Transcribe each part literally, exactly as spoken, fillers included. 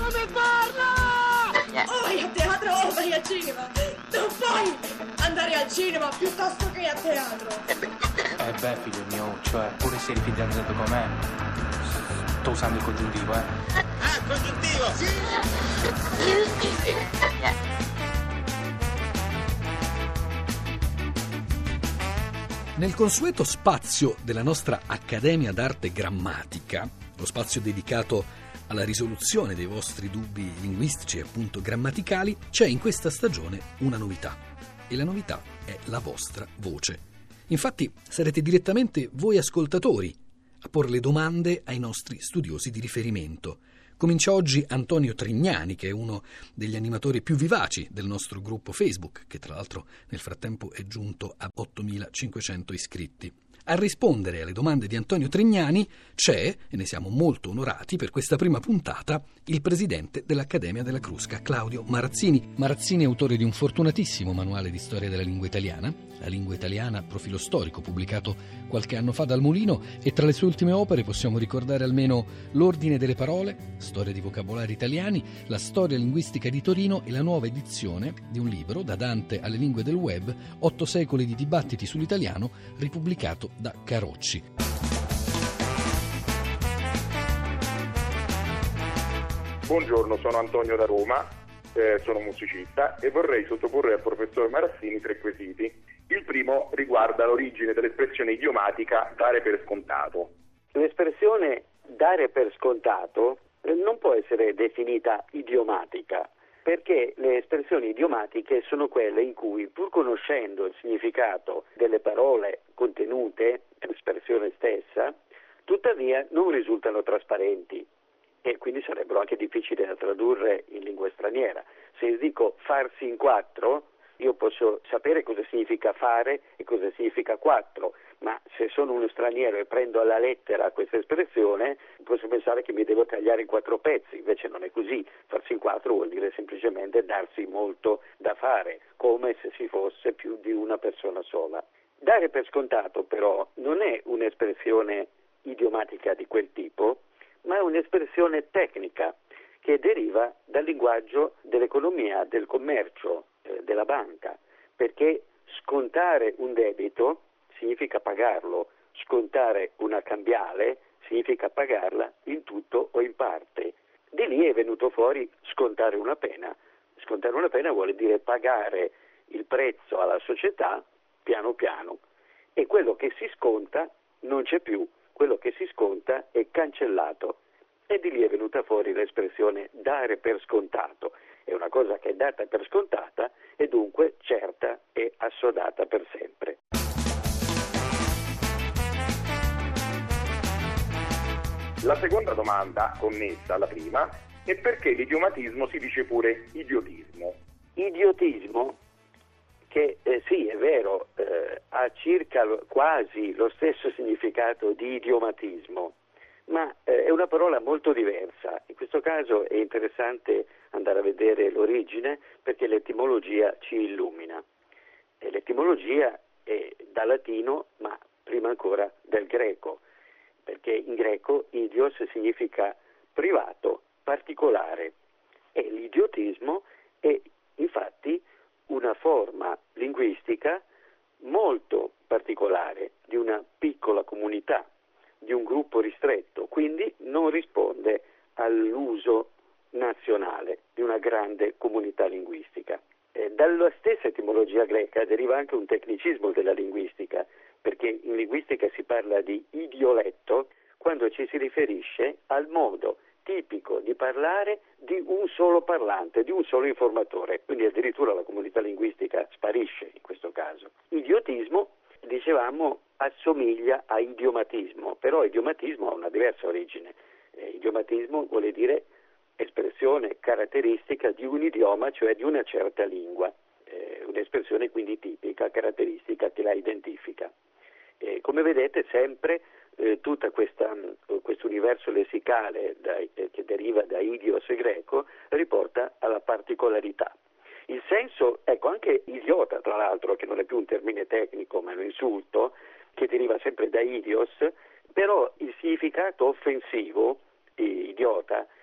come farla! O vai a teatro o vai al cinema. Non puoi andare al cinema piuttosto che a teatro. Eh beh, figlio mio, cioè, pure se eri fidanzato con me, sto usando il congiuntivo, eh. Ah, congiuntivo! Sì! Nel consueto spazio della nostra Accademia d'Arte Grammatica, lo spazio dedicato alla risoluzione dei vostri dubbi linguistici e appunto grammaticali, c'è in questa stagione una novità. E la novità è la vostra voce. Infatti sarete direttamente voi ascoltatori a porre le domande ai nostri studiosi di riferimento. Comincia oggi Antonio Trignani, che è uno degli animatori più vivaci del nostro gruppo Facebook, che tra l'altro nel frattempo è giunto a ottomilacinquecento iscritti. A rispondere alle domande di Antonio Trignani c'è, e ne siamo molto onorati per questa prima puntata, il presidente dell'Accademia della Crusca, Claudio Marazzini. Marazzini è autore di un fortunatissimo manuale di storia della lingua italiana, La lingua italiana, profilo storico, pubblicato qualche anno fa dal Mulino, e tra le sue ultime opere possiamo ricordare almeno L'ordine delle parole, storia di vocabolari italiani, la storia linguistica di Torino e la nuova edizione di un libro, Da Dante alle lingue del web, Otto secoli di dibattiti sull'italiano, ripubblicato da Carocci. Buongiorno, sono Antonio da Roma, eh, sono musicista e vorrei sottoporre al professor Marazzini tre quesiti. Il primo riguarda l'origine dell'espressione idiomatica dare per scontato. L'espressione dare per scontato non può essere definita idiomatica, perché le espressioni idiomatiche sono quelle in cui, pur conoscendo il significato delle parole contenute nell'espressione stessa, tuttavia non risultano trasparenti e quindi sarebbero anche difficili da tradurre in lingua straniera. Se io dico farsi in quattro, io posso sapere cosa significa fare e cosa significa quattro, ma se sono uno straniero e prendo alla lettera questa espressione, posso pensare che mi devo tagliare in quattro pezzi, invece non è così. Farsi in quattro vuol dire semplicemente darsi molto da fare, come se si fosse più di una persona sola. Dare per scontato però non è un'espressione idiomatica di quel tipo, ma è un'espressione tecnica che deriva dal linguaggio dell'economia, del commercio, eh, della banca, perché scontare un debito significa pagarlo, scontare una cambiale significa pagarla in tutto o in parte. Di lì è venuto fuori scontare una pena. Scontare una pena vuole dire pagare il prezzo alla società piano piano, e quello che si sconta non c'è più, quello che si sconta è cancellato. E di lì è venuta fuori l'espressione dare per scontato. È una cosa che è data per scontata e dunque certa e assodata per sempre. La seconda domanda, connessa alla prima, è perché l'idiomatismo si dice pure idiotismo. Idiotismo, che eh, sì, è vero, eh, ha circa lo, quasi lo stesso significato di idiomatismo, ma eh, è una parola molto diversa. In questo caso è interessante andare a vedere l'origine, perché l'etimologia ci illumina. E l'etimologia è dal latino, ma prima ancora dal greco, perché in greco idios significa privato, particolare, e l'idiotismo è infatti una forma linguistica molto particolare di una piccola comunità, di un gruppo ristretto, quindi non risponde all'uso nazionale di una grande comunità linguistica. Eh, dalla stessa etimologia greca deriva anche un tecnicismo della linguistica, perché in linguistica si parla di idioletto quando ci si riferisce al modo tipico di parlare di un solo parlante, di un solo informatore, quindi addirittura la comunità linguistica sparisce in questo caso. Idiotismo, dicevamo, assomiglia a idiomatismo, però idiomatismo ha una diversa origine. Eh, idiomatismo vuole dire espressione caratteristica di un idioma, cioè di una certa lingua, eh, un'espressione quindi tipica, caratteristica, che la identifica. Eh, come vedete sempre eh, tutto questo universo lessicale da, eh, che deriva da idios e greco riporta alla particolarità. Il senso, ecco, anche idiota tra l'altro, che non è più un termine tecnico ma è un insulto, che deriva sempre da idios, però il significato offensivo, idiota,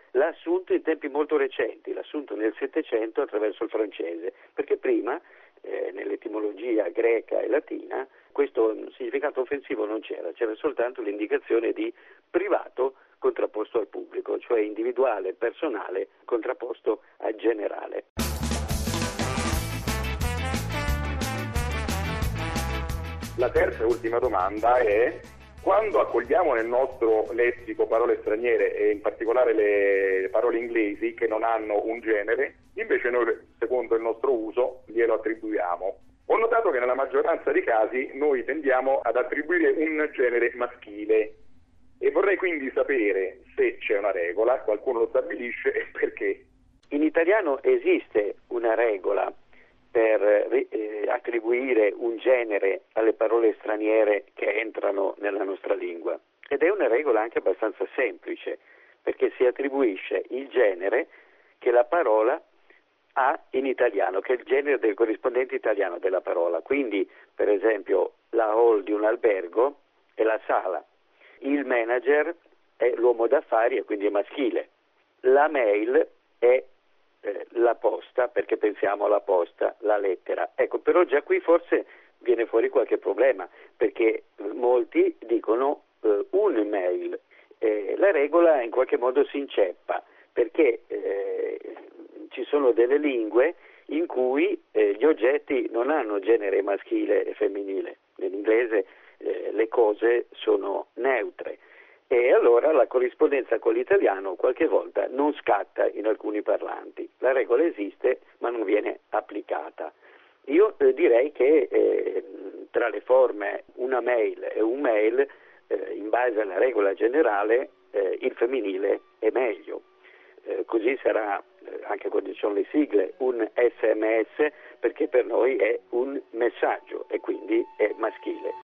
l'ha assunto in tempi molto recenti, l'ha assunto nel Settecento attraverso il francese, perché prima eh, nell'etimologia greca e latina questo significato offensivo non c'era, c'era soltanto l'indicazione di privato contrapposto al pubblico, cioè individuale, personale contrapposto al generale. La terza e ultima domanda è: quando accogliamo nel nostro lessico parole straniere e in particolare le parole inglesi che non hanno un genere, invece noi, secondo il nostro uso, glielo attribuiamo. Ho notato che nella maggioranza dei casi noi tendiamo ad attribuire un genere maschile e vorrei quindi sapere se c'è una regola, qualcuno lo stabilisce e perché. In italiano esiste una regola per eh, attribuire un genere alle parole straniere che entrano nella nostra lingua, ed è una regola anche abbastanza semplice, perché si attribuisce il genere che la parola ha in italiano, che è il genere del corrispondente italiano della parola. Quindi, per esempio, la hall di un albergo è la sala, il manager è l'uomo d'affari e quindi è maschile, la mail è la posta, perché pensiamo alla posta, la lettera. Ecco, però già qui forse viene fuori qualche problema, perché molti dicono eh, un'email. Eh, la regola in qualche modo si inceppa, perché eh, ci sono delle lingue in cui eh, gli oggetti non hanno genere maschile e femminile. Nell'inglese eh, le cose sono neutre. E allora la corrispondenza con l'italiano qualche volta non scatta in alcuni parlanti. La regola esiste ma non viene applicata. Io eh, direi che eh, tra le forme una mail e un mail, eh, in base alla regola generale, eh, il femminile è meglio. Eh, così sarà, eh, anche quando ci sono le sigle, un S M S, perché per noi è un messaggio e quindi è maschile.